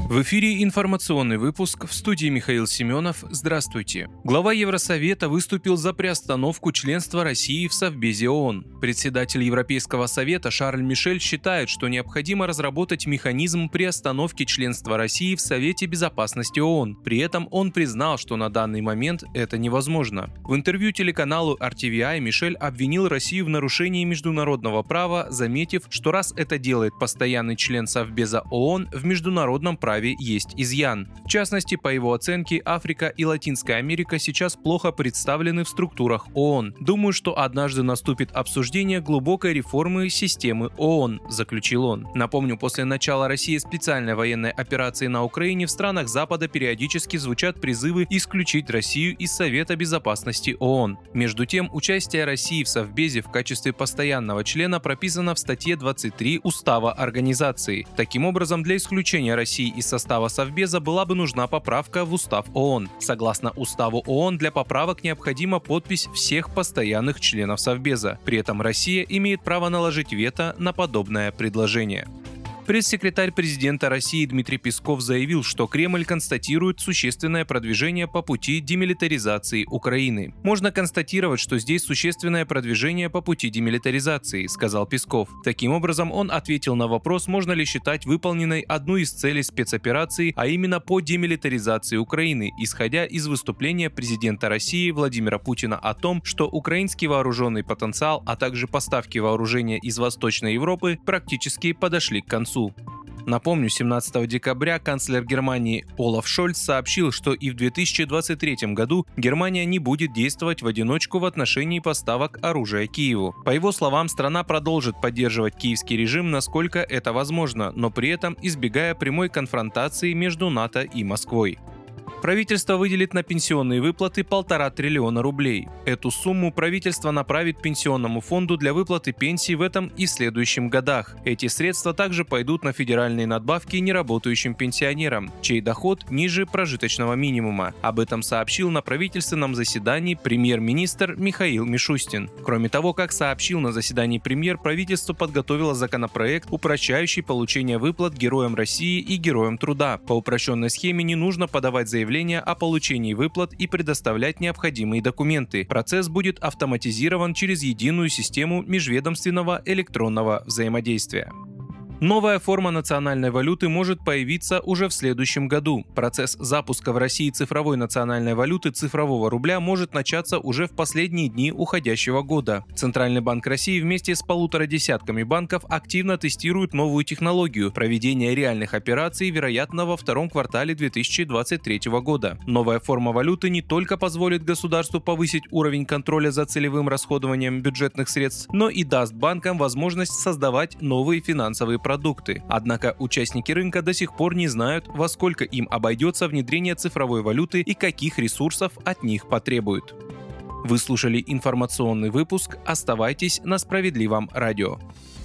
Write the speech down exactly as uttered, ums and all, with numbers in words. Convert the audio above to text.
В эфире информационный выпуск, в студии Михаил Семенов. Здравствуйте. Глава Евросовета выступил за приостановку членства России в Совбезе ООН. Председатель Европейского совета Шарль Мишель считает, что необходимо разработать механизм приостановки членства России в Совете Безопасности ООН. При этом он признал, что на данный момент это невозможно. В интервью телеканалу эр ти ви ай Мишель обвинил Россию в нарушении международного права, заметив, что раз это делает постоянный член Совбеза ООН, в международном праве есть изъян. В частности, по его оценке, Африка и Латинская Америка сейчас плохо представлены в структурах ООН. Думаю, что однажды наступит обсуждение глубокой реформы системы ООН, заключил он. Напомню, после начала России специальной военной операции на Украине в странах Запада периодически звучат призывы исключить Россию из Совета Безопасности ООН. Между тем, участие России в Совбезе в качестве постоянного члена прописано в статье двадцать три Устава Организации. Таким образом, для исключения России из состава Совбеза была бы нужна поправка в Устав ООН. Согласно Уставу ООН, для поправок необходима подпись всех постоянных членов Совбеза. При этом Россия имеет право наложить вето на подобное предложение. Пресс-секретарь президента России Дмитрий Песков заявил, что Кремль констатирует существенное продвижение по пути демилитаризации Украины. «Можно констатировать, что здесь существенное продвижение по пути демилитаризации», — сказал Песков. Таким образом, он ответил на вопрос, можно ли считать выполненной одну из целей спецоперации, а именно по демилитаризации Украины, исходя из выступления президента России Владимира Путина о том, что украинский вооруженный потенциал, а также поставки вооружения из Восточной Европы практически подошли к концу. Напомню, семнадцатого декабря канцлер Германии Олаф Шольц сообщил, что и в две тысячи двадцать третьем году Германия не будет действовать в одиночку в отношении поставок оружия Киеву. По его словам, страна продолжит поддерживать киевский режим, насколько это возможно, но при этом избегая прямой конфронтации между НАТО и Москвой. Правительство выделит на пенсионные выплаты полтора триллиона рублей. Эту сумму правительство направит Пенсионному фонду для выплаты пенсий в этом и следующем годах. Эти средства также пойдут на федеральные надбавки неработающим пенсионерам, чей доход ниже прожиточного минимума. Об этом сообщил на правительственном заседании премьер-министр Михаил Мишустин. Кроме того, как сообщил на заседании премьер, правительство подготовило законопроект, упрощающий получение выплат Героям России и Героям Труда. По упрощенной схеме не нужно подавать заявление о получении выплат и предоставлять необходимые документы. Процесс будет автоматизирован через единую систему межведомственного электронного взаимодействия. Новая форма национальной валюты может появиться уже в следующем году. Процесс запуска в России цифровой национальной валюты цифрового рубля может начаться уже в последние дни уходящего года. Центральный банк России вместе с полутора десятками банков активно тестирует новую технологию проведения реальных операций, вероятно, во втором квартале две тысячи двадцать третьего года. Новая форма валюты не только позволит государству повысить уровень контроля за целевым расходованием бюджетных средств, но и даст банкам возможность создавать новые финансовые продукты. Однако участники рынка до сих пор не знают, во сколько им обойдется внедрение цифровой валюты и каких ресурсов от них потребуют. Вы слушали информационный выпуск. Оставайтесь на Справедливом радио.